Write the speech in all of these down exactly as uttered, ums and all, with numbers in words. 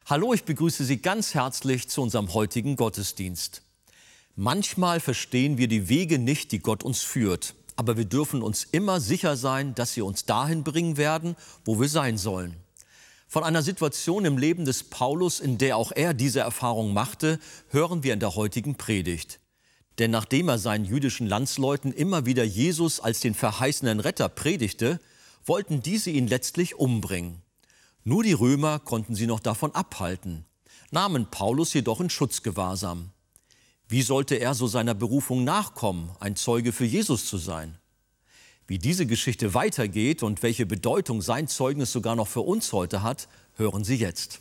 Hallo, ich begrüße Sie ganz herzlich zu unserem heutigen Gottesdienst. Manchmal verstehen wir die Wege nicht, die Gott uns führt. Aber wir dürfen uns immer sicher sein, dass sie uns dahin bringen werden, wo wir sein sollen. Von einer Situation im Leben des Paulus, in der auch er diese Erfahrung machte, hören wir in der heutigen Predigt. Denn nachdem er seinen jüdischen Landsleuten immer wieder Jesus als den verheißenen Retter predigte, wollten diese ihn letztlich umbringen. Nur die Römer konnten sie noch davon abhalten, nahmen Paulus jedoch in Schutzgewahrsam. Wie sollte er so seiner Berufung nachkommen, ein Zeuge für Jesus zu sein? Wie diese Geschichte weitergeht und welche Bedeutung sein Zeugnis sogar noch für uns heute hat, hören Sie jetzt.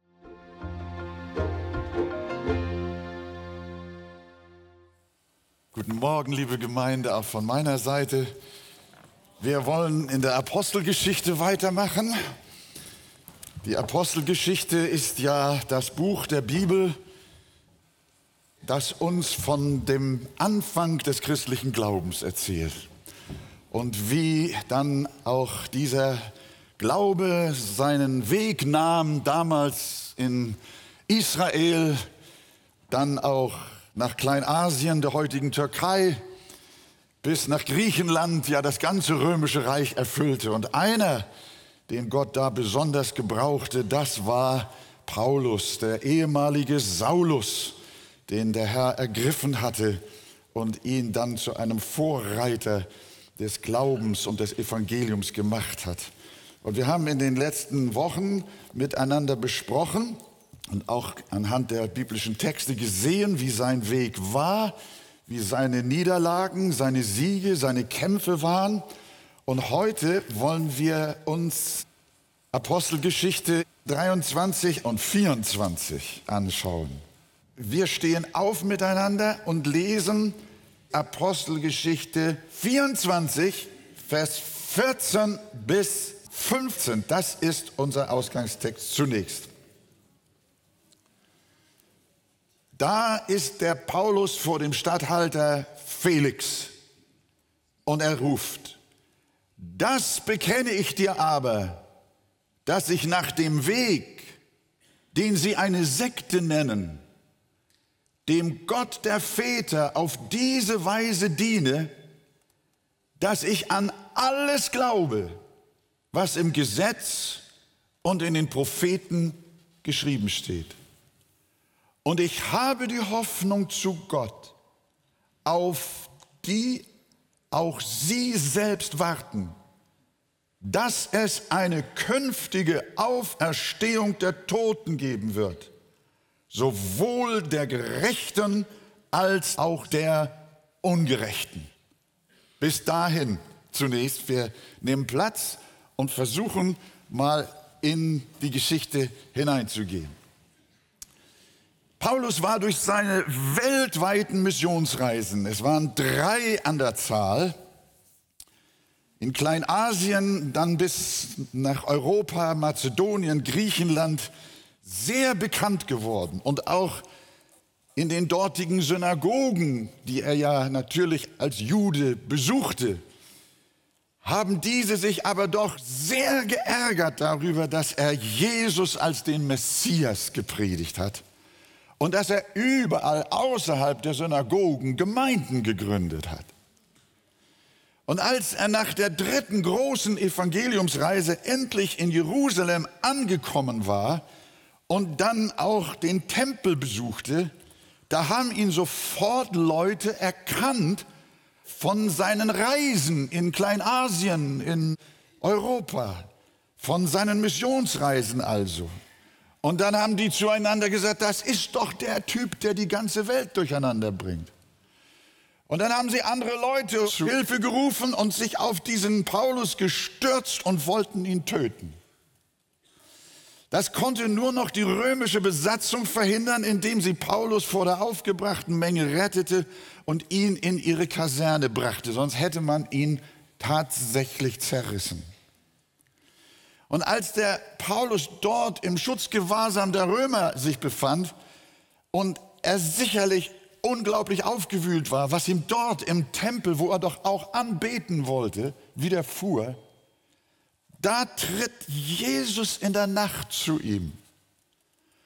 Guten Morgen, liebe Gemeinde, auch von meiner Seite. Wir wollen in der Apostelgeschichte weitermachen. Die Apostelgeschichte ist ja das Buch der Bibel, das uns von dem Anfang des christlichen Glaubens erzählt. Und wie dann auch dieser Glaube seinen Weg nahm, damals in Israel, dann auch nach Kleinasien, der heutigen Türkei, bis nach Griechenland, ja das ganze römische Reich erfüllte. Und einer, den Gott da besonders gebrauchte, das war Paulus, der ehemalige Saulus, den der Herr ergriffen hatte und ihn dann zu einem Vorreiter des Glaubens und des Evangeliums gemacht hat. Und wir haben in den letzten Wochen miteinander besprochen und auch anhand der biblischen Texte gesehen, wie sein Weg war, wie seine Niederlagen, seine Siege, seine Kämpfe waren. Und heute wollen wir uns Apostelgeschichte dreiundzwanzig und vierundzwanzig anschauen. Wir stehen auf miteinander und lesen Apostelgeschichte vierundzwanzig, Vers vierzehn bis fünfzehn. Das ist unser Ausgangstext zunächst. Da ist der Paulus vor dem Statthalter Felix und er ruft: Das bekenne ich dir aber, dass ich nach dem Weg, den sie eine Sekte nennen, dem Gott der Väter auf diese Weise diene, dass ich an alles glaube, was im Gesetz und in den Propheten geschrieben steht. Und ich habe die Hoffnung zu Gott, auf die auch Sie selbst warten, dass es eine künftige Auferstehung der Toten geben wird, sowohl der Gerechten als auch der Ungerechten. Bis dahin zunächst, wir nehmen Platz und versuchen mal in die Geschichte hineinzugehen. Paulus war durch seine weltweiten Missionsreisen, es waren drei an der Zahl, in Kleinasien, dann bis nach Europa, Mazedonien, Griechenland, sehr bekannt geworden. Und auch in den dortigen Synagogen, die er ja natürlich als Jude besuchte, haben diese sich aber doch sehr geärgert darüber, dass er Jesus als den Messias gepredigt hat und dass er überall außerhalb der Synagogen Gemeinden gegründet hat. Und als er nach der dritten großen Evangeliumsreise endlich in Jerusalem angekommen war und dann auch den Tempel besuchte, da haben ihn sofort Leute erkannt von seinen Reisen in Kleinasien, in Europa, von seinen Missionsreisen also. Und dann haben die zueinander gesagt, das ist doch der Typ, der die ganze Welt durcheinander bringt. Und dann haben sie andere Leute zu Hilfe gerufen und sich auf diesen Paulus gestürzt und wollten ihn töten. Das konnte nur noch die römische Besatzung verhindern, indem sie Paulus vor der aufgebrachten Menge rettete und ihn in ihre Kaserne brachte. Sonst hätte man ihn tatsächlich zerrissen. Und als der Paulus dort im Schutzgewahrsam der Römer sich befand und er sicherlich unglaublich aufgewühlt war, was ihm dort im Tempel, wo er doch auch anbeten wollte, widerfuhr, da tritt Jesus in der Nacht zu ihm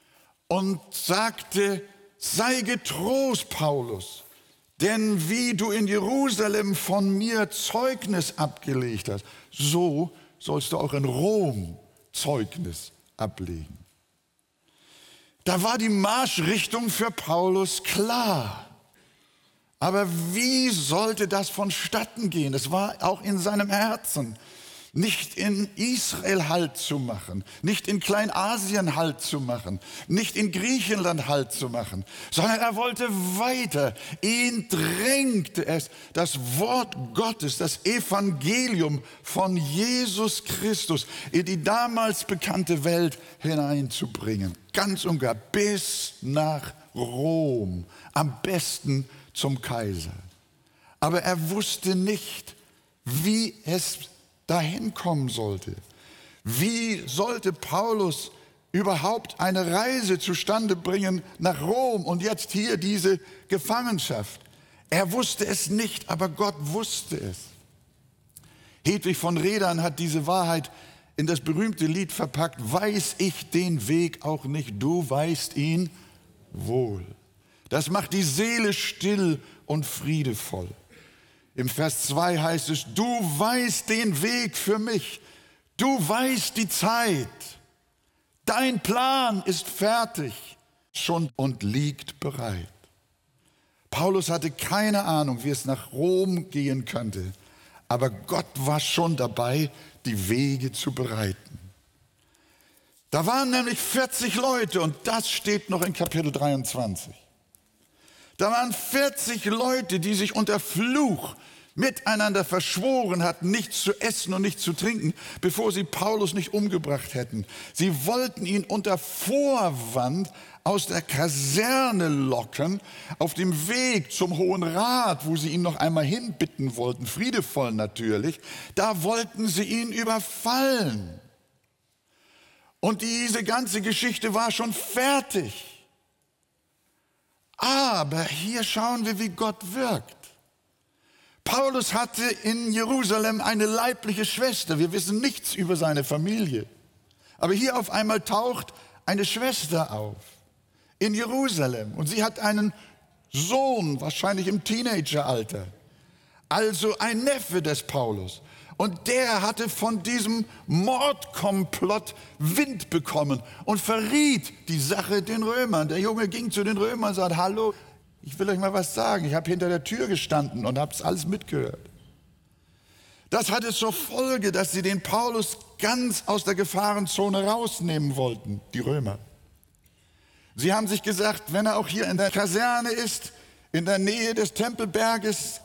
und sagte, sei getrost, Paulus, denn wie du in Jerusalem von mir Zeugnis abgelegt hast, so sollst du auch in Rom Zeugnis ablegen. Da war die Marschrichtung für Paulus klar. Aber wie sollte das vonstatten gehen? Es war auch in seinem Herzen, nicht in Israel Halt zu machen, nicht in Kleinasien Halt zu machen, nicht in Griechenland Halt zu machen, sondern er wollte weiter. Ihn drängte es, das Wort Gottes, das Evangelium von Jesus Christus in die damals bekannte Welt hineinzubringen. Ganz und gar bis nach Rom, am besten zum Kaiser. Aber er wusste nicht, wie es dahin kommen sollte. Wie sollte Paulus überhaupt eine Reise zustande bringen nach Rom und jetzt hier diese Gefangenschaft? Er wusste es nicht, aber Gott wusste es. Hedwig von Redern hat diese Wahrheit in das berühmte Lied verpackt: Weiß ich den Weg auch nicht, du weißt ihn wohl. Das macht die Seele still und friedevoll. Im Vers zwei heißt es, du weißt den Weg für mich, du weißt die Zeit, dein Plan ist fertig schon und liegt bereit. Paulus hatte keine Ahnung, wie es nach Rom gehen könnte, aber Gott war schon dabei, die Wege zu bereiten. Da waren nämlich vierzig Leute und das steht noch in Kapitel dreiundzwanzig. Da waren vierzig Leute, die sich unter Fluch miteinander verschworen hatten, nichts zu essen und nichts zu trinken, bevor sie Paulus nicht umgebracht hätten. Sie wollten ihn unter Vorwand aus der Kaserne locken, auf dem Weg zum Hohen Rat, wo sie ihn noch einmal hinbitten wollten, friedevoll natürlich. Da wollten sie ihn überfallen. Und diese ganze Geschichte war schon fertig. Aber hier schauen wir, wie Gott wirkt. Paulus hatte in Jerusalem eine leibliche Schwester. Wir wissen nichts über seine Familie. Aber hier auf einmal taucht eine Schwester auf in Jerusalem. Und sie hat einen Sohn, wahrscheinlich im Teenageralter. Also ein Neffe des Paulus. Und der hatte von diesem Mordkomplott Wind bekommen und verriet die Sache den Römern. Der Junge ging zu den Römern und sagte, hallo, ich will euch mal was sagen. Ich habe hinter der Tür gestanden und habe es alles mitgehört. Das hatte zur Folge, dass sie den Paulus ganz aus der Gefahrenzone rausnehmen wollten, die Römer. Sie haben sich gesagt, wenn er auch hier in der Kaserne ist, in der Nähe des Tempelberges,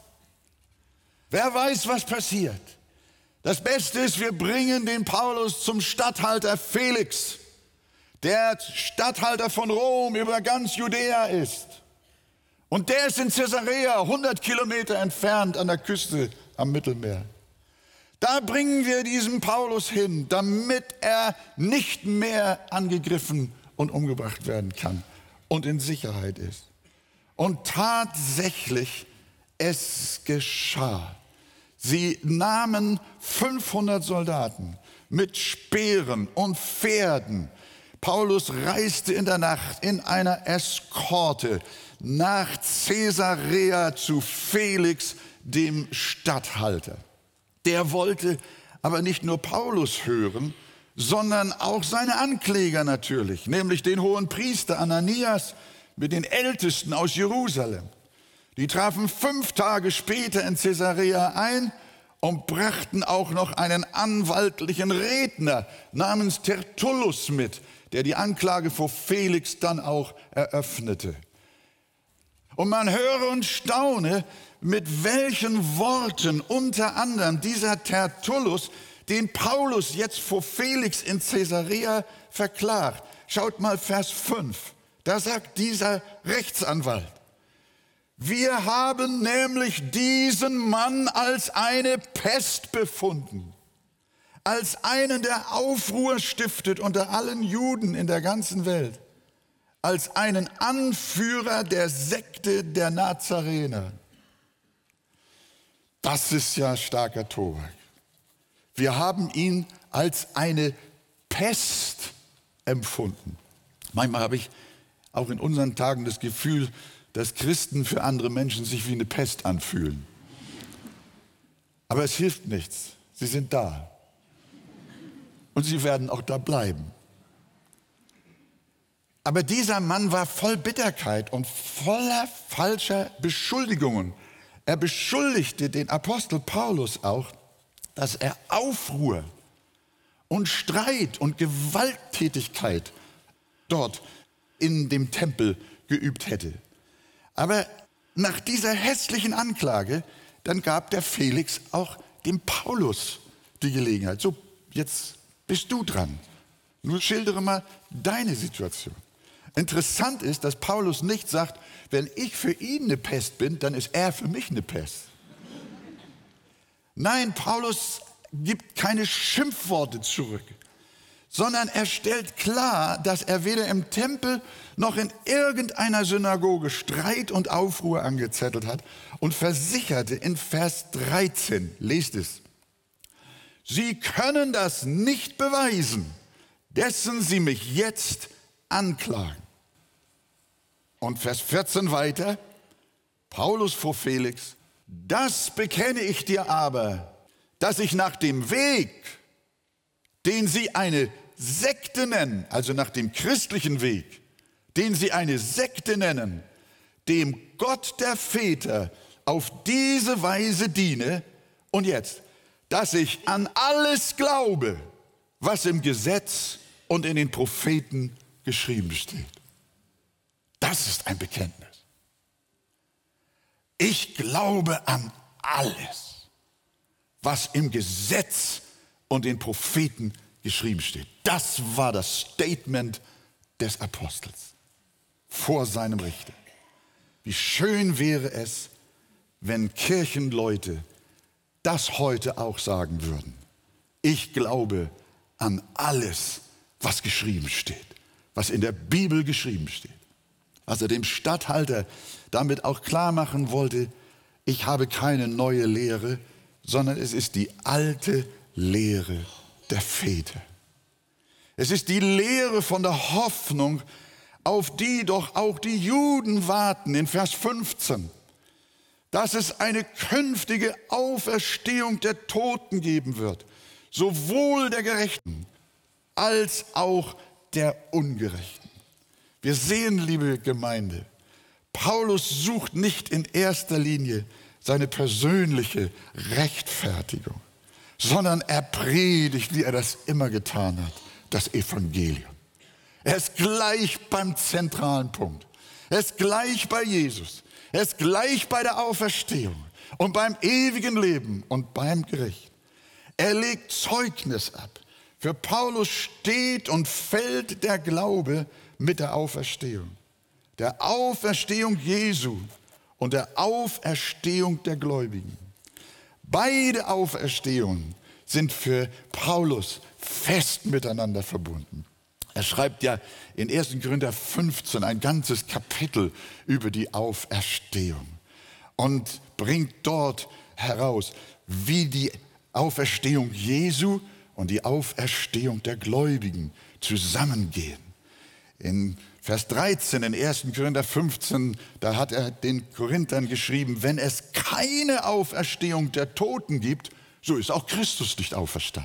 wer weiß, was passiert. Das Beste ist, wir bringen den Paulus zum Statthalter Felix, der Statthalter von Rom über ganz Judäa ist. Und der ist in Caesarea, hundert Kilometer entfernt an der Küste am Mittelmeer. Da bringen wir diesen Paulus hin, damit er nicht mehr angegriffen und umgebracht werden kann und in Sicherheit ist. Und tatsächlich, es geschah. Sie nahmen fünfhundert Soldaten mit Speeren und Pferden. Paulus reiste in der Nacht in einer Eskorte nach Caesarea zu Felix, dem Statthalter. Der wollte aber nicht nur Paulus hören, sondern auch seine Ankläger natürlich, nämlich den Hohenpriester Ananias mit den Ältesten aus Jerusalem. Die trafen fünf Tage später in Caesarea ein und brachten auch noch einen anwaltlichen Redner namens Tertullus mit, der die Anklage vor Felix dann auch eröffnete. Und man höre und staune, mit welchen Worten unter anderem dieser Tertullus den Paulus jetzt vor Felix in Caesarea verklagt. Schaut mal Vers fünf, da sagt dieser Rechtsanwalt: Wir haben nämlich diesen Mann als eine Pest befunden, als einen, der Aufruhr stiftet unter allen Juden in der ganzen Welt, als einen Anführer der Sekte der Nazarener. Das ist ja starker Tobak. Wir haben ihn als eine Pest empfunden. Manchmal habe ich auch in unseren Tagen das Gefühl, dass Christen für andere Menschen sich wie eine Pest anfühlen. Aber es hilft nichts. Sie sind da. Und sie werden auch da bleiben. Aber dieser Mann war voll Bitterkeit und voller falscher Beschuldigungen. Er beschuldigte den Apostel Paulus auch, dass er Aufruhr und Streit und Gewalttätigkeit dort in dem Tempel geübt hätte. Aber nach dieser hässlichen Anklage, dann gab der Felix auch dem Paulus die Gelegenheit. So, jetzt bist du dran. Nun schildere mal deine Situation. Interessant ist, dass Paulus nicht sagt, wenn ich für ihn eine Pest bin, dann ist er für mich eine Pest. Nein, Paulus gibt keine Schimpfworte zurück, sondern er stellt klar, dass er weder im Tempel noch in irgendeiner Synagoge Streit und Aufruhr angezettelt hat und versicherte in Vers dreizehn, lest es, Sie können das nicht beweisen, dessen Sie mich jetzt anklagen. Und Vers vierzehn weiter, Paulus vor Felix, das bekenne ich dir aber, dass ich nach dem Weg, den Sie eine Sekte nennen, also nach dem christlichen Weg, den Sie eine Sekte nennen, dem Gott der Väter auf diese Weise diene, und jetzt, dass ich an alles glaube, was im Gesetz und in den Propheten geschrieben steht. Das ist ein Bekenntnis. Ich glaube an alles, was im Gesetz und den Propheten geschrieben steht. Das war das Statement des Apostels vor seinem Richter. Wie schön wäre es, wenn Kirchenleute das heute auch sagen würden. Ich glaube an alles, was geschrieben steht, was in der Bibel geschrieben steht. Was er dem Statthalter damit auch klar machen wollte, ich habe keine neue Lehre, sondern es ist die alte Lehre der Väter. Es ist die Lehre von der Hoffnung, auf die doch auch die Juden warten, in Vers fünfzehn. Dass es eine künftige Auferstehung der Toten geben wird, sowohl der Gerechten als auch der Ungerechten. Wir sehen, liebe Gemeinde, Paulus sucht nicht in erster Linie seine persönliche Rechtfertigung, sondern er predigt, wie er das immer getan hat, das Evangelium. Er ist gleich beim zentralen Punkt. Er ist gleich bei Jesus. Er ist gleich bei der Auferstehung und beim ewigen Leben und beim Gericht. Er legt Zeugnis ab. Für Paulus steht und fällt der Glaube mit der Auferstehung. Der Auferstehung Jesu und der Auferstehung der Gläubigen. Beide Auferstehungen sind für Paulus fest miteinander verbunden. Er schreibt ja in ersten Korinther fünfzehn ein ganzes Kapitel über die Auferstehung und bringt dort heraus, wie die Auferstehung Jesu und die Auferstehung der Gläubigen zusammengehen. In Vers dreizehn in ersten Korinther fünfzehn, da hat er den Korinthern geschrieben, wenn es keine Auferstehung der Toten gibt, so ist auch Christus nicht auferstanden.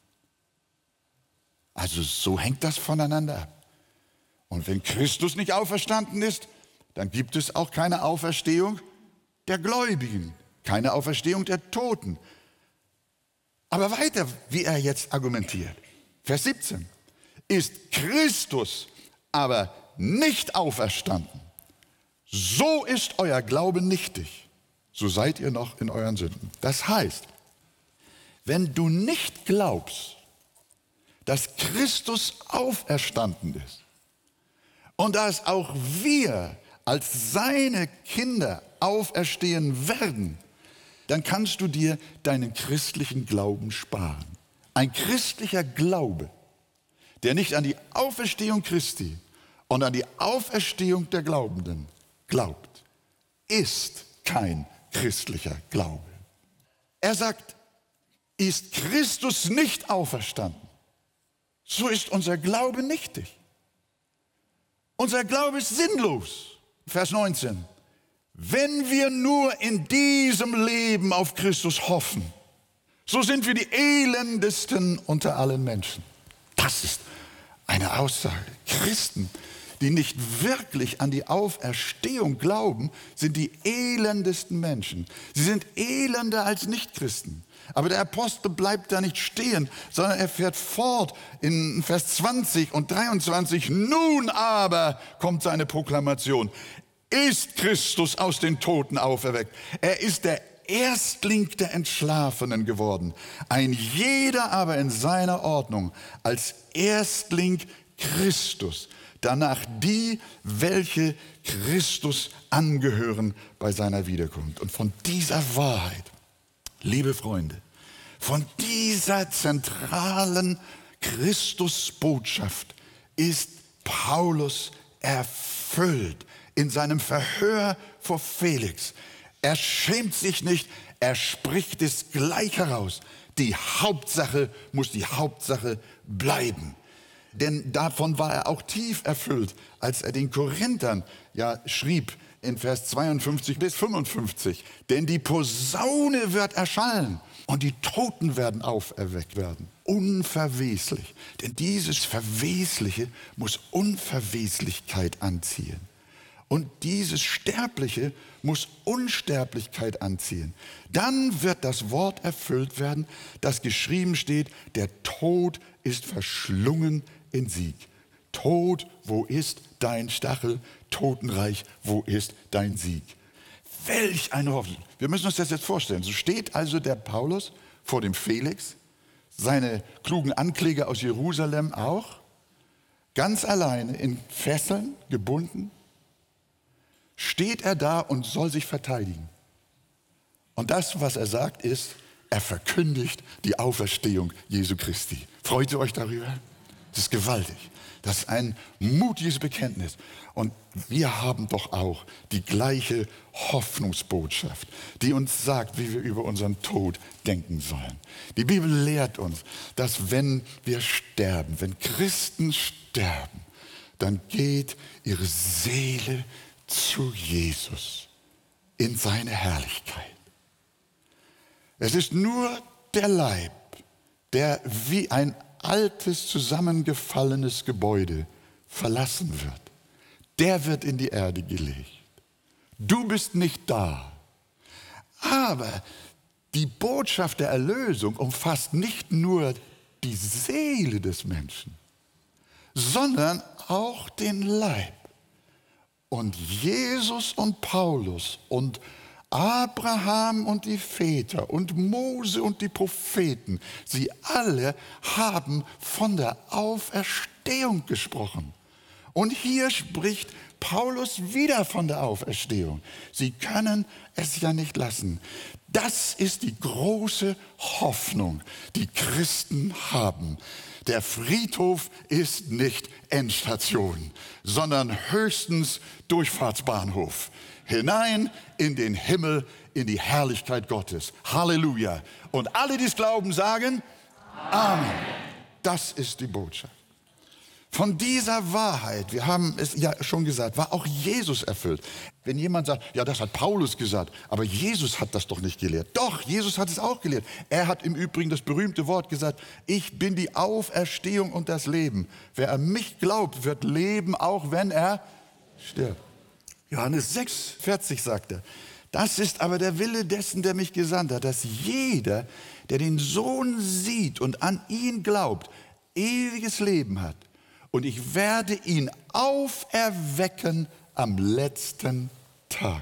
Also so hängt das voneinander ab. Und wenn Christus nicht auferstanden ist, dann gibt es auch keine Auferstehung der Gläubigen, keine Auferstehung der Toten. Aber weiter, wie er jetzt argumentiert. Vers siebzehn. Ist Christus aber nicht auferstanden, so ist euer Glaube nichtig, so seid ihr noch in euren Sünden. Das heißt, wenn du nicht glaubst, dass Christus auferstanden ist und dass auch wir als seine Kinder auferstehen werden, dann kannst du dir deinen christlichen Glauben sparen. Ein christlicher Glaube, der nicht an die Auferstehung Christi und an die Auferstehung der Glaubenden glaubt, ist kein christlicher Glaube. Er sagt, ist Christus nicht auferstanden, so ist unser Glaube nichtig. Unser Glaube ist sinnlos. Vers neunzehn. Wenn wir nur in diesem Leben auf Christus hoffen, so sind wir die elendesten unter allen Menschen. Das ist eine Aussage. Christen, die nicht wirklich an die Auferstehung glauben, sind die elendesten Menschen. Sie sind elender als Nichtchristen. Aber der Apostel bleibt da nicht stehen, sondern er fährt fort in Vers zwanzig und dreiundzwanzig. Nun aber kommt seine Proklamation. Ist Christus aus den Toten auferweckt? Er ist der Erstling der Entschlafenen geworden. Ein jeder aber in seiner Ordnung als Erstling Christus. Danach die, welche Christus angehören bei seiner Wiederkunft. Und von dieser Wahrheit, liebe Freunde, von dieser zentralen Christusbotschaft ist Paulus erfüllt in seinem Verhör vor Felix. Er schämt sich nicht, er spricht es gleich heraus. Die Hauptsache muss die Hauptsache bleiben. Denn davon war er auch tief erfüllt, als er den Korinthern ja schrieb in Vers zweiundfünfzig bis fünfundfünfzig. Denn die Posaune wird erschallen und die Toten werden auferweckt werden. Unverweslich. Denn dieses Verwesliche muss Unverweslichkeit anziehen. Und dieses Sterbliche muss Unsterblichkeit anziehen. Dann wird das Wort erfüllt werden, das geschrieben steht, der Tod ist verschlungen in Sieg. Tod, wo ist dein Stachel? Totenreich, wo ist dein Sieg? Welch eine Hoffnung. Wir müssen uns das jetzt vorstellen. So steht also der Paulus vor dem Felix, seine klugen Ankläger aus Jerusalem auch, ganz alleine in Fesseln gebunden, steht er da und soll sich verteidigen. Und das, was er sagt, ist, er verkündigt die Auferstehung Jesu Christi. Freut ihr euch darüber? Das ist gewaltig. Das ist ein mutiges Bekenntnis. Und wir haben doch auch die gleiche Hoffnungsbotschaft, die uns sagt, wie wir über unseren Tod denken sollen. Die Bibel lehrt uns, dass wenn wir sterben, wenn Christen sterben, dann geht ihre Seele zu Jesus in seine Herrlichkeit. Es ist nur der Leib, der wie ein altes, zusammengefallenes Gebäude verlassen wird. Der wird in die Erde gelegt. Du bist nicht da. Aber die Botschaft der Erlösung umfasst nicht nur die Seele des Menschen, sondern auch den Leib. Und Jesus und Paulus und Abraham und die Väter und Mose und die Propheten, sie alle haben von der Auferstehung gesprochen. Und hier spricht Paulus wieder von der Auferstehung. Sie können es ja nicht lassen. Das ist die große Hoffnung, die Christen haben. Der Friedhof ist nicht Endstation, sondern höchstens Durchfahrtsbahnhof. Hinein in den Himmel, in die Herrlichkeit Gottes. Halleluja. Und alle, die es glauben, sagen Amen. Das ist die Botschaft. Von dieser Wahrheit, wir haben es ja schon gesagt, war auch Jesus erfüllt. Wenn jemand sagt, ja, das hat Paulus gesagt, aber Jesus hat das doch nicht gelehrt. Doch, Jesus hat es auch gelehrt. Er hat im Übrigen das berühmte Wort gesagt, ich bin die Auferstehung und das Leben. Wer an mich glaubt, wird leben, auch wenn er stirbt. Johannes sechs, vierzig sagt er, das ist aber der Wille dessen, der mich gesandt hat, dass jeder, der den Sohn sieht und an ihn glaubt, ewiges Leben hat. Und ich werde ihn auferwecken am letzten Tag.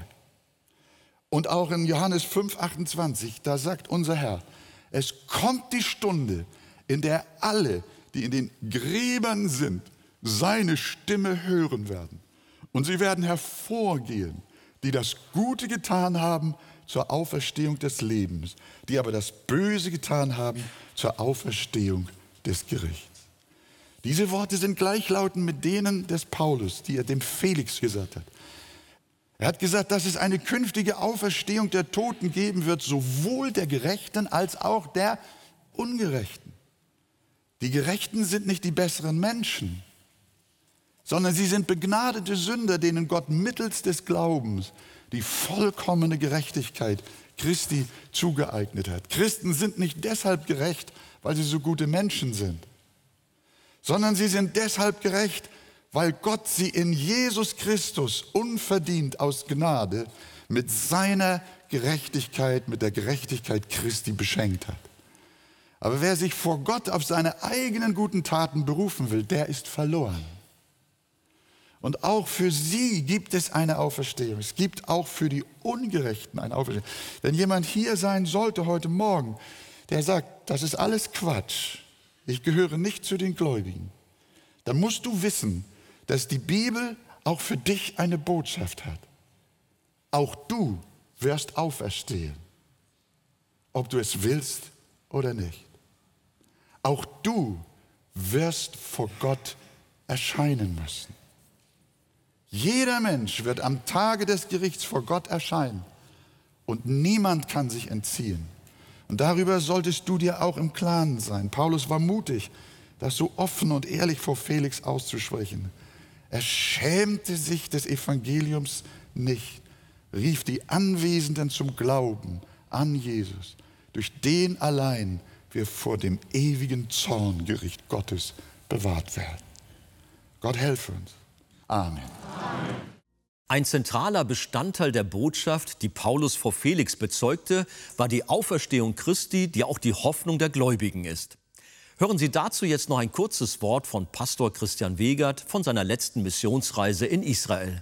Und auch in Johannes fünf, achtundzwanzig, da sagt unser Herr, es kommt die Stunde, in der alle, die in den Gräbern sind, seine Stimme hören werden. Und sie werden hervorgehen, die das Gute getan haben zur Auferstehung des Lebens, die aber das Böse getan haben zur Auferstehung des Gerichts. Diese Worte sind gleichlautend mit denen des Paulus, die er dem Felix gesagt hat. Er hat gesagt, dass es eine künftige Auferstehung der Toten geben wird, sowohl der Gerechten als auch der Ungerechten. Die Gerechten sind nicht die besseren Menschen. sondern sie sind begnadete Sünder, denen Gott mittels des Glaubens die vollkommene Gerechtigkeit Christi zugeeignet hat. Christen sind nicht deshalb gerecht, weil sie so gute Menschen sind, sondern sie sind deshalb gerecht, weil Gott sie in Jesus Christus unverdient aus Gnade mit seiner Gerechtigkeit, mit der Gerechtigkeit Christi beschenkt hat. Aber wer sich vor Gott auf seine eigenen guten Taten berufen will, der ist verloren. Und auch für sie gibt es eine Auferstehung. Es gibt auch für die Ungerechten eine Auferstehung. Wenn jemand hier sein sollte heute Morgen, der sagt, das ist alles Quatsch, ich gehöre nicht zu den Gläubigen, dann musst du wissen, dass die Bibel auch für dich eine Botschaft hat. Auch du wirst auferstehen, ob du es willst oder nicht. Auch du wirst vor Gott erscheinen müssen. Jeder Mensch wird am Tage des Gerichts vor Gott erscheinen und niemand kann sich entziehen. Und darüber solltest du dir auch im Klaren sein. Paulus war mutig, das so offen und ehrlich vor Felix auszusprechen. Er schämte sich des Evangeliums nicht, rief die Anwesenden zum Glauben an Jesus, durch den allein wir vor dem ewigen Zorngericht Gottes bewahrt werden. Gott helfe uns. Amen. Ein zentraler Bestandteil der Botschaft, die Paulus vor Felix bezeugte, war die Auferstehung Christi, die auch die Hoffnung der Gläubigen ist. Hören Sie dazu jetzt noch ein kurzes Wort von Pastor Christian Wegert von seiner letzten Missionsreise in Israel.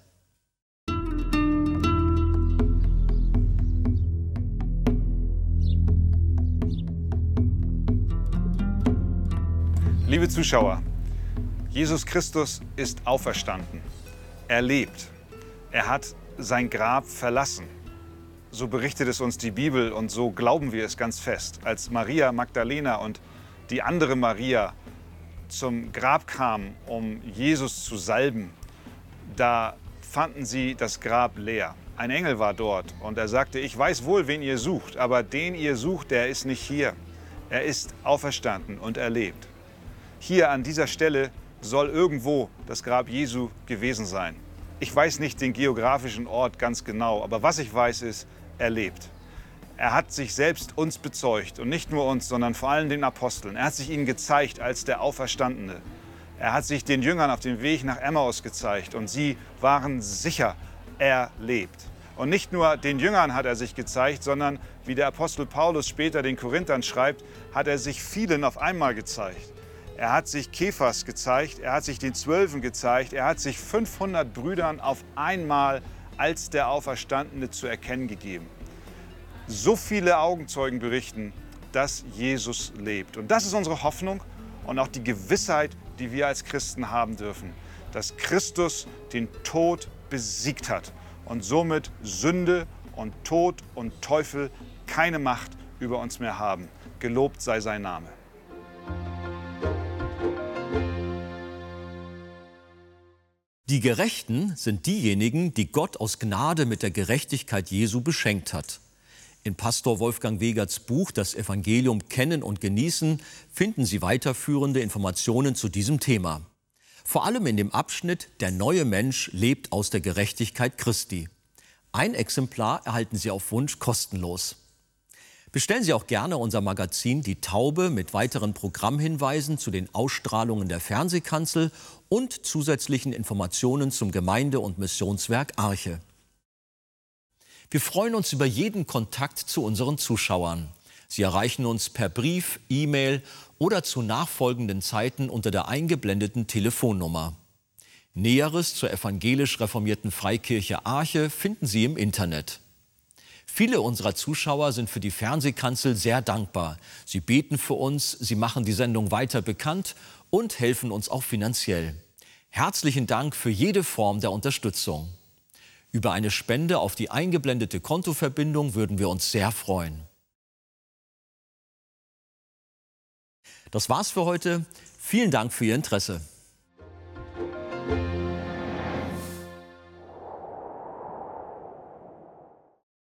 Liebe Zuschauer, Jesus Christus ist auferstanden. Er lebt. Er hat sein Grab verlassen. So berichtet es uns die Bibel und so glauben wir es ganz fest. Als Maria Magdalena und die andere Maria zum Grab kamen, um Jesus zu salben, da fanden sie das Grab leer. Ein Engel war dort und er sagte, ich weiß wohl, wen ihr sucht, aber den ihr sucht, der ist nicht hier. Er ist auferstanden und er lebt. Hier an dieser Stelle soll irgendwo das Grab Jesu gewesen sein. Ich weiß nicht den geografischen Ort ganz genau, aber was ich weiß ist, er lebt. Er hat sich selbst uns bezeugt und nicht nur uns, sondern vor allem den Aposteln. Er hat sich ihnen gezeigt als der Auferstandene. Er hat sich den Jüngern auf dem Weg nach Emmaus gezeigt und sie waren sicher, er lebt. Und nicht nur den Jüngern hat er sich gezeigt, sondern wie der Apostel Paulus später den Korinthern schreibt, hat er sich vielen auf einmal gezeigt. Er hat sich Kephas gezeigt, er hat sich den Zwölfen gezeigt, er hat sich fünfhundert Brüdern auf einmal als der Auferstandene zu erkennen gegeben. So viele Augenzeugen berichten, dass Jesus lebt. Und das ist unsere Hoffnung und auch die Gewissheit, die wir als Christen haben dürfen, dass Christus den Tod besiegt hat und somit Sünde und Tod und Teufel keine Macht über uns mehr haben. Gelobt sei sein Name. Die Gerechten sind diejenigen, die Gott aus Gnade mit der Gerechtigkeit Jesu beschenkt hat. In Pastor Wolfgang Wegerts Buch Das Evangelium kennen und genießen finden Sie weiterführende Informationen zu diesem Thema. Vor allem in dem Abschnitt Der neue Mensch lebt aus der Gerechtigkeit Christi. Ein Exemplar erhalten Sie auf Wunsch kostenlos. Bestellen Sie auch gerne unser Magazin Die Taube mit weiteren Programmhinweisen zu den Ausstrahlungen der Fernsehkanzel und zusätzlichen Informationen zum Gemeinde- und Missionswerk Arche. Wir freuen uns über jeden Kontakt zu unseren Zuschauern. Sie erreichen uns per Brief, E-Mail oder zu nachfolgenden Zeiten unter der eingeblendeten Telefonnummer. Näheres zur evangelisch reformierten Freikirche Arche finden Sie im Internet. Viele unserer Zuschauer sind für die Fernsehkanzel sehr dankbar. Sie beten für uns, sie machen die Sendung weiter bekannt und helfen uns auch finanziell. Herzlichen Dank für jede Form der Unterstützung. Über eine Spende auf die eingeblendete Kontoverbindung würden wir uns sehr freuen. Das war's für heute. Vielen Dank für Ihr Interesse.